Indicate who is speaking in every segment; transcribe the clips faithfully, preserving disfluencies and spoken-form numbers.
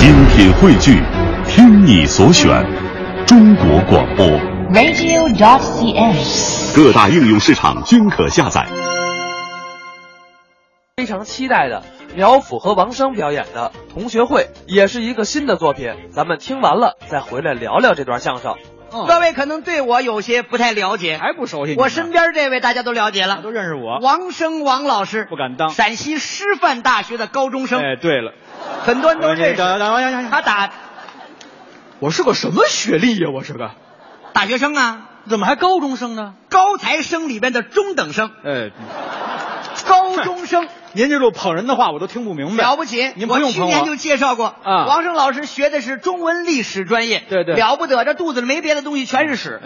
Speaker 1: 精品汇聚，听你所选，中国广播
Speaker 2: radio dot c n，
Speaker 1: 各大应用市场均可下载。
Speaker 3: 非常期待的苗阜和王声表演的《同学会》也是一个新的作品，咱们听完了再回来聊聊这段相声。
Speaker 4: 嗯、各位可能对我有些不太了解，
Speaker 5: 还不熟悉你。
Speaker 4: 我身边这位大家都了解了，
Speaker 5: 都认识我。
Speaker 4: 王声王老师，
Speaker 5: 不敢当。
Speaker 4: 陕西师范大学的高中生。
Speaker 5: 哎，对了，
Speaker 4: 很多人都认识。
Speaker 5: 他
Speaker 4: 打，
Speaker 5: 我是个什么学历呀？我是个
Speaker 4: 大学生啊。
Speaker 5: 怎么还高中生呢？
Speaker 4: 高材生里边的中等生。
Speaker 5: 哎，
Speaker 4: 高中生。
Speaker 5: 您这种捧人的话我都听不明白。
Speaker 4: 了不起，
Speaker 5: 您不用捧我。
Speaker 4: 我去年就介绍过
Speaker 5: 啊，
Speaker 4: 王声老师学的是中文历史专业，
Speaker 5: 对对，
Speaker 4: 了不得，这肚子里没别的东西，全是史。
Speaker 5: 哎、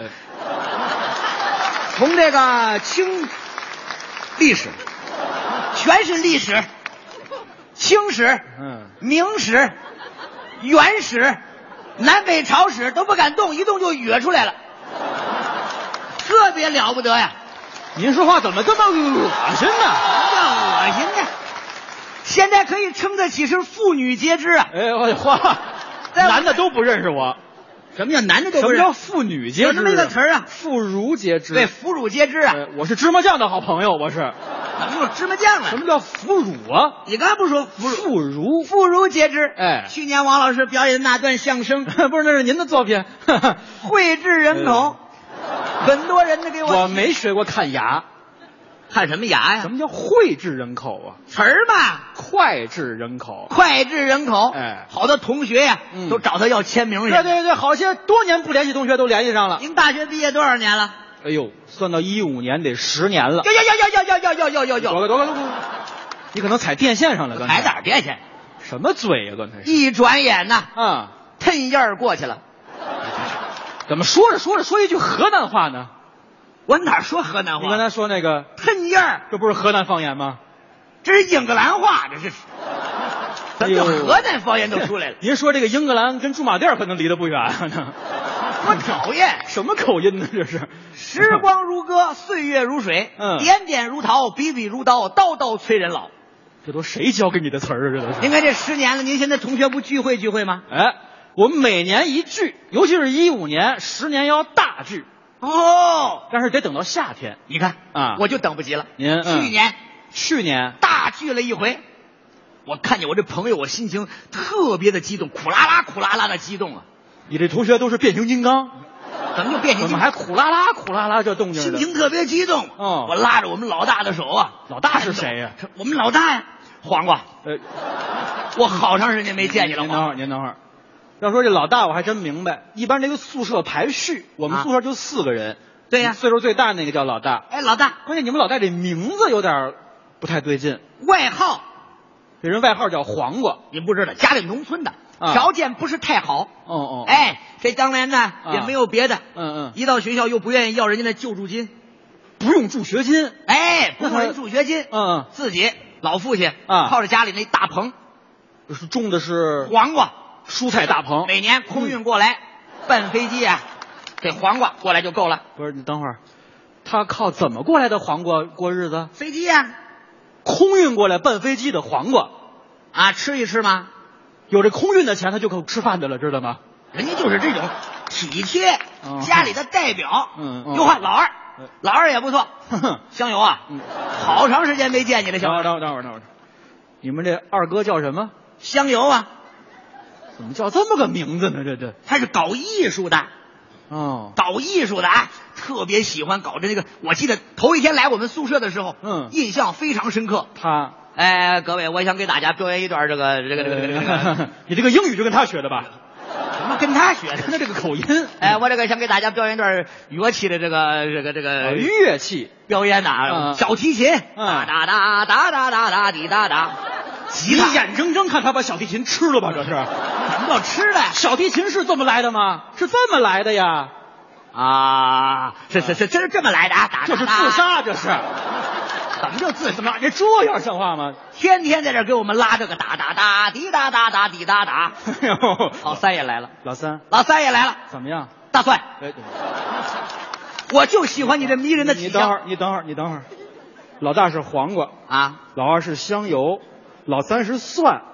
Speaker 4: 从这个清历史，全是历史，清史、
Speaker 5: 嗯，
Speaker 4: 明史、元史、南北朝史都不敢动，一动就哕出来了，特别了不得呀！
Speaker 5: 您说话怎么这么恶心呢？
Speaker 4: 恶心呢！现在可以称得起是妇女皆知啊！
Speaker 5: 哎，我的话，男的都不认识我。
Speaker 4: 什么叫男的都不认识？
Speaker 5: 什么叫妇女皆知？
Speaker 4: 有这么一个词啊，
Speaker 5: 妇孺皆知。
Speaker 4: 对，妇孺皆知啊！
Speaker 5: 我是芝麻酱的好朋友，我是。
Speaker 4: 怎么有芝麻酱了？
Speaker 5: 什么叫妇孺啊？
Speaker 4: 你刚才不说妇
Speaker 5: 妇孺？
Speaker 4: 妇孺皆知。
Speaker 5: 哎，
Speaker 4: 去年王老师表演的那段相声，
Speaker 5: 不是那是您的作品，
Speaker 4: 脍炙人口，很多人都给我。
Speaker 5: 我没学过看牙。
Speaker 4: 看什么牙呀？
Speaker 5: 什么叫脍炙人口啊？
Speaker 4: 词儿嘛，
Speaker 5: 脍炙人口，
Speaker 4: 脍炙人口。
Speaker 5: 哎，
Speaker 4: 好多同学呀、
Speaker 5: 嗯，
Speaker 4: 都找他要签名去。
Speaker 5: 对对对，好些多年不联系同学都联系上了。
Speaker 4: 您大学毕业多少年了？
Speaker 5: 哎呦，算到一五年得十年了。
Speaker 4: 要要要要要要要要要要！
Speaker 5: 多个多个多个，你可能踩电线上了，
Speaker 4: 踩哪儿电线？
Speaker 5: 什么嘴呀、啊？刚才
Speaker 4: 一转眼呐，
Speaker 5: 啊，
Speaker 4: 腾烟儿过去了。
Speaker 5: 怎么说着说着说一句河南话呢？
Speaker 4: 我哪说河南话？
Speaker 5: 你刚才说那个
Speaker 4: 腾烟儿，
Speaker 5: 这不是河南方言吗？
Speaker 4: 这是英格兰话，这是。怎么叫河南方言都出来了？
Speaker 5: 您说这个英格兰跟驻马店可能离得不远呢。
Speaker 4: 我讨厌，
Speaker 5: 什么口音呢？这是。
Speaker 4: 时光如歌，岁月如水，
Speaker 5: 嗯，
Speaker 4: 点点如桃，笔笔如刀，刀刀催人老。
Speaker 5: 这都谁教给你的词儿啊？这都是。
Speaker 4: 您看这十年了，您现在同学不聚会聚会吗？
Speaker 5: 哎，我们每年一聚，尤其是一五年，十年要大聚。
Speaker 4: 哦，
Speaker 5: 但是得等到夏天。
Speaker 4: 你看
Speaker 5: 啊，
Speaker 4: 我就等不及了。
Speaker 5: 您、嗯、
Speaker 4: 去年，
Speaker 5: 去年
Speaker 4: 大聚了一回，我看见我这朋友，我心情特别的激动，苦啦啦苦啦啦的激动啊！
Speaker 5: 你这同学都是变形金刚，
Speaker 4: 怎么就变形金刚？
Speaker 5: 怎么还苦啦啦苦啦啦这动静？
Speaker 4: 心情特别激动。
Speaker 5: 哦，
Speaker 4: 我拉着我们老大的手啊，
Speaker 5: 老大是谁呀、
Speaker 4: 啊？我们老大呀，黄瓜。
Speaker 5: 呃，
Speaker 4: 我好长时间没见你了。
Speaker 5: 您等会儿，您等会儿。要说这老大，我还真明白。一般这个宿舍排序，我们宿舍就四个人。啊、
Speaker 4: 对呀、
Speaker 5: 啊，岁数最大那个叫老大。
Speaker 4: 哎，老大，
Speaker 5: 关键你们老大这名字有点不太对劲。
Speaker 4: 外号，
Speaker 5: 这人外号叫黄瓜。
Speaker 4: 你不知道，家里农村的，
Speaker 5: 啊、
Speaker 4: 条件不是太好。
Speaker 5: 哦哦。
Speaker 4: 哎，这当年呢、啊、也没有别的。
Speaker 5: 嗯嗯。
Speaker 4: 一到学校又不愿意要人家的救助金，
Speaker 5: 不用助学金。
Speaker 4: 哎，不用人助学金。
Speaker 5: 嗯嗯。
Speaker 4: 自己老父亲
Speaker 5: 啊，
Speaker 4: 靠着家里那大棚，
Speaker 5: 是种的是
Speaker 4: 黄瓜。
Speaker 5: 蔬菜大棚，
Speaker 4: 每年空运过来，嗯、奔飞机啊，这黄瓜过来就够了。
Speaker 5: 不是，你等会儿，他靠怎么过来的黄瓜过日子？
Speaker 4: 飞机呀、啊，
Speaker 5: 空运过来奔飞机的黄瓜
Speaker 4: 啊，吃一吃吗？
Speaker 5: 有这空运的钱，他就够吃饭的了，知道吗？
Speaker 4: 人家就是这种体贴，
Speaker 5: 嗯、
Speaker 4: 家里的代表。
Speaker 5: 嗯，
Speaker 4: 哟呵，老二，
Speaker 5: 嗯、
Speaker 4: 老二也不错。香油啊，
Speaker 5: 嗯、
Speaker 4: 好长时间没见你了，香油。
Speaker 5: 等会儿，等会儿，等会儿，你们这二哥叫什么？
Speaker 4: 香油啊。
Speaker 5: 怎么叫这么个名字呢？这这
Speaker 4: 他是搞艺术的，
Speaker 5: 哦，
Speaker 4: 搞艺术的啊，特别喜欢搞这个。我记得头一天来我们宿舍的时候，
Speaker 5: 嗯，
Speaker 4: 印象非常深刻。
Speaker 5: 他，
Speaker 4: 哎，各位，我想给大家表演一段这个这个这个这个这个。
Speaker 5: 你这个英语就跟他学的吧？
Speaker 4: 什么跟他学的？
Speaker 5: 他这个口音。
Speaker 4: 哎，我这个想给大家表演一段乐器的这个这个这个
Speaker 5: 乐器
Speaker 4: 表演呐，小提琴，哒哒哒哒哒哒哒滴哒哒。
Speaker 5: 你眼睁睁看他把小提琴吃了吧？这是
Speaker 4: 怎么叫吃的？
Speaker 5: 小提琴是这么来的吗？是这么来的呀？
Speaker 4: 啊，是是是，这是这么来的啊！
Speaker 5: 这是自杀，这是。
Speaker 4: 怎么就自
Speaker 5: 怎么这这样像话吗？
Speaker 4: 天天在这给我们拉这个哒哒哒滴哒哒哒滴哒哒。
Speaker 5: 哎呦，
Speaker 4: 老三也来了，
Speaker 5: 老三，
Speaker 4: 老三也来了，
Speaker 5: 怎么样？
Speaker 4: 大蒜，
Speaker 5: 哎，
Speaker 4: 我就喜欢你这迷人的体
Speaker 5: 相。你等会儿，你等会儿，你等会儿。老大是黄瓜
Speaker 4: 啊，
Speaker 5: 老二是香油，老三是蒜，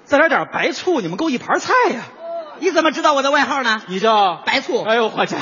Speaker 5: 再来点白醋，你们够一盘菜呀。
Speaker 4: 你怎么知道我的外号呢？
Speaker 5: 你叫
Speaker 4: 白醋。
Speaker 5: 哎呦，我家。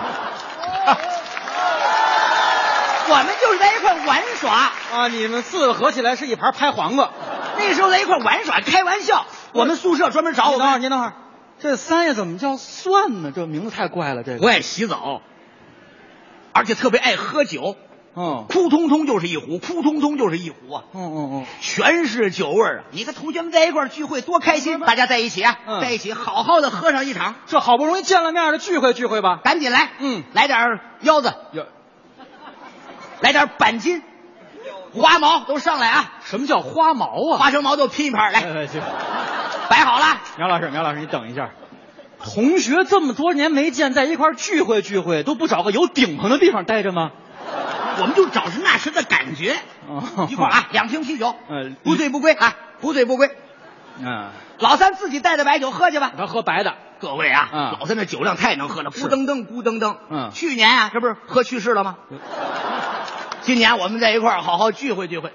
Speaker 4: 我们就是在一块玩耍
Speaker 5: 啊！你们四个合起来是一盘拍黄瓜。
Speaker 4: 那时候在一块玩耍，开玩笑。我们宿舍专门找我们。
Speaker 5: 您等会儿，您等会儿，这三爷怎么叫蒜呢？这名字太怪了。这个
Speaker 4: 不爱洗澡，而且特别爱喝酒。
Speaker 5: 嗯，
Speaker 4: 扑通通就是一壶，扑通通就是一壶啊。
Speaker 5: 嗯嗯嗯，
Speaker 4: 全是酒味儿啊！你看同学们在一块聚会多开心，大家在一起啊，
Speaker 5: 嗯、
Speaker 4: 在一起好好的喝上一场。
Speaker 5: 这好不容易见了面的聚会聚会吧，
Speaker 4: 赶紧来，
Speaker 5: 嗯，
Speaker 4: 来点腰子，
Speaker 5: 有，
Speaker 4: 来点板筋，花毛都上来啊！
Speaker 5: 什么叫花毛啊？
Speaker 4: 花生毛都拼一盘来，
Speaker 5: 哎、
Speaker 4: 摆好了。
Speaker 5: 苗老师，苗老师，你等一下。同学这么多年没见，在一块聚会聚会，都不找个有顶棚的地方待着吗？
Speaker 4: 我们就找是那时的感觉。
Speaker 5: 哦、
Speaker 4: 一块啊，两瓶啤酒，
Speaker 5: 嗯，
Speaker 4: 不醉不归啊，不醉不归。
Speaker 5: 嗯，
Speaker 4: 老三自己带着白酒喝去吧。
Speaker 5: 他喝白的。
Speaker 4: 各位啊，
Speaker 5: 嗯、
Speaker 4: 老三的酒量太能喝了，咕噔噔咕噔噔。
Speaker 5: 嗯，
Speaker 4: 去年啊，这不是喝去世了吗？嗯、今年我们在一块儿好好聚会聚会。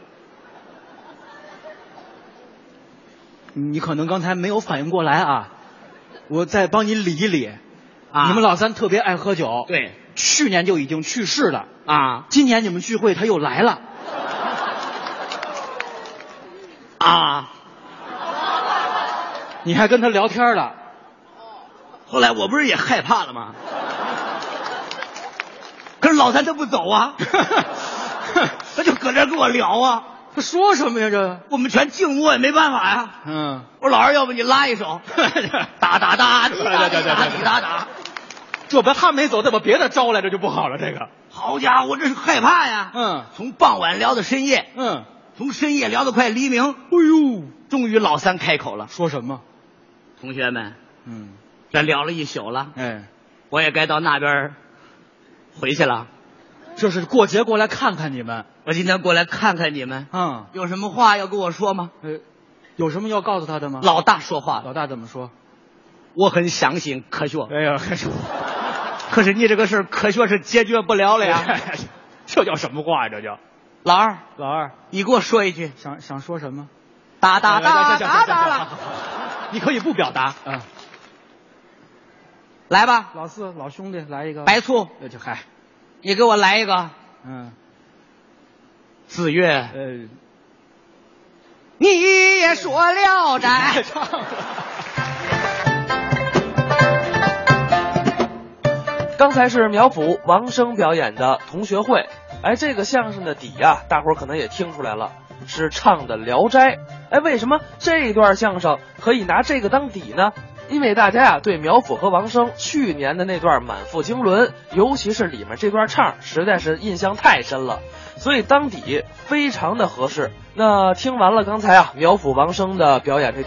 Speaker 5: 你可能刚才没有反应过来啊，我再帮你理一理。
Speaker 4: 啊，
Speaker 5: 你们老三特别爱喝酒。
Speaker 4: 对。
Speaker 5: 去年就已经去世了
Speaker 4: 啊！
Speaker 5: 今年你们聚会他又来了
Speaker 4: 啊！
Speaker 5: 你还跟他聊天了？
Speaker 4: 后来我不是也害怕了吗？可是老三他不走啊，他就搁这跟我聊啊。
Speaker 5: 他说什么呀？这
Speaker 4: 我们全静默也没办法呀。
Speaker 5: 嗯，
Speaker 4: 我说老二，要不你拉一首，哒哒哒，滴答滴答滴答答。
Speaker 5: 这不他没走，再把别的招来，这就不好了。这个
Speaker 4: 好家伙，这是害怕呀！
Speaker 5: 嗯，
Speaker 4: 从傍晚聊到深夜，
Speaker 5: 嗯，
Speaker 4: 从深夜聊到快黎明。哎
Speaker 5: 呦，
Speaker 4: 终于老三开口了，
Speaker 5: 说什么？
Speaker 4: 同学们，
Speaker 5: 嗯，
Speaker 4: 这聊了一宿了，
Speaker 5: 哎，
Speaker 4: 我也该到那边回去了。
Speaker 5: 这是过节过来看看你们，
Speaker 4: 我今天过来看看你们。
Speaker 5: 嗯，
Speaker 4: 有什么话要跟我说吗？
Speaker 5: 呃，有什么要告诉他的吗？
Speaker 4: 老大说话了。
Speaker 5: 老大怎么说？
Speaker 4: 我很相信科学。
Speaker 5: 哎呀，科学。
Speaker 4: 可是你这个事儿，科学是解决不了了呀。
Speaker 5: 这叫什么话呀？这叫。
Speaker 4: 老二，
Speaker 5: 老二，
Speaker 4: 你给我说一句。
Speaker 5: 想想说什么？
Speaker 4: 哒哒哒哒哒了。
Speaker 5: 你可以不表达啊。
Speaker 4: 来吧，
Speaker 5: 老四，老兄弟，来一个
Speaker 4: 白醋。
Speaker 5: 那就嗨，
Speaker 4: 你给我来一个。
Speaker 5: 嗯。
Speaker 4: 子越。
Speaker 5: 呃。
Speaker 4: 你也说聊斋。
Speaker 3: 刚才是苗阜、王声表演的同学会。哎，这个相声的底啊，大伙儿可能也听出来了，是唱的《聊斋》。哎，为什么这段相声可以拿这个当底呢？因为大家呀、啊、对苗阜和王声去年的那段满腹经纶，尤其是里面这段唱，实在是印象太深了，所以当底非常的合适。那听完了刚才啊苗阜、王声的表演这段。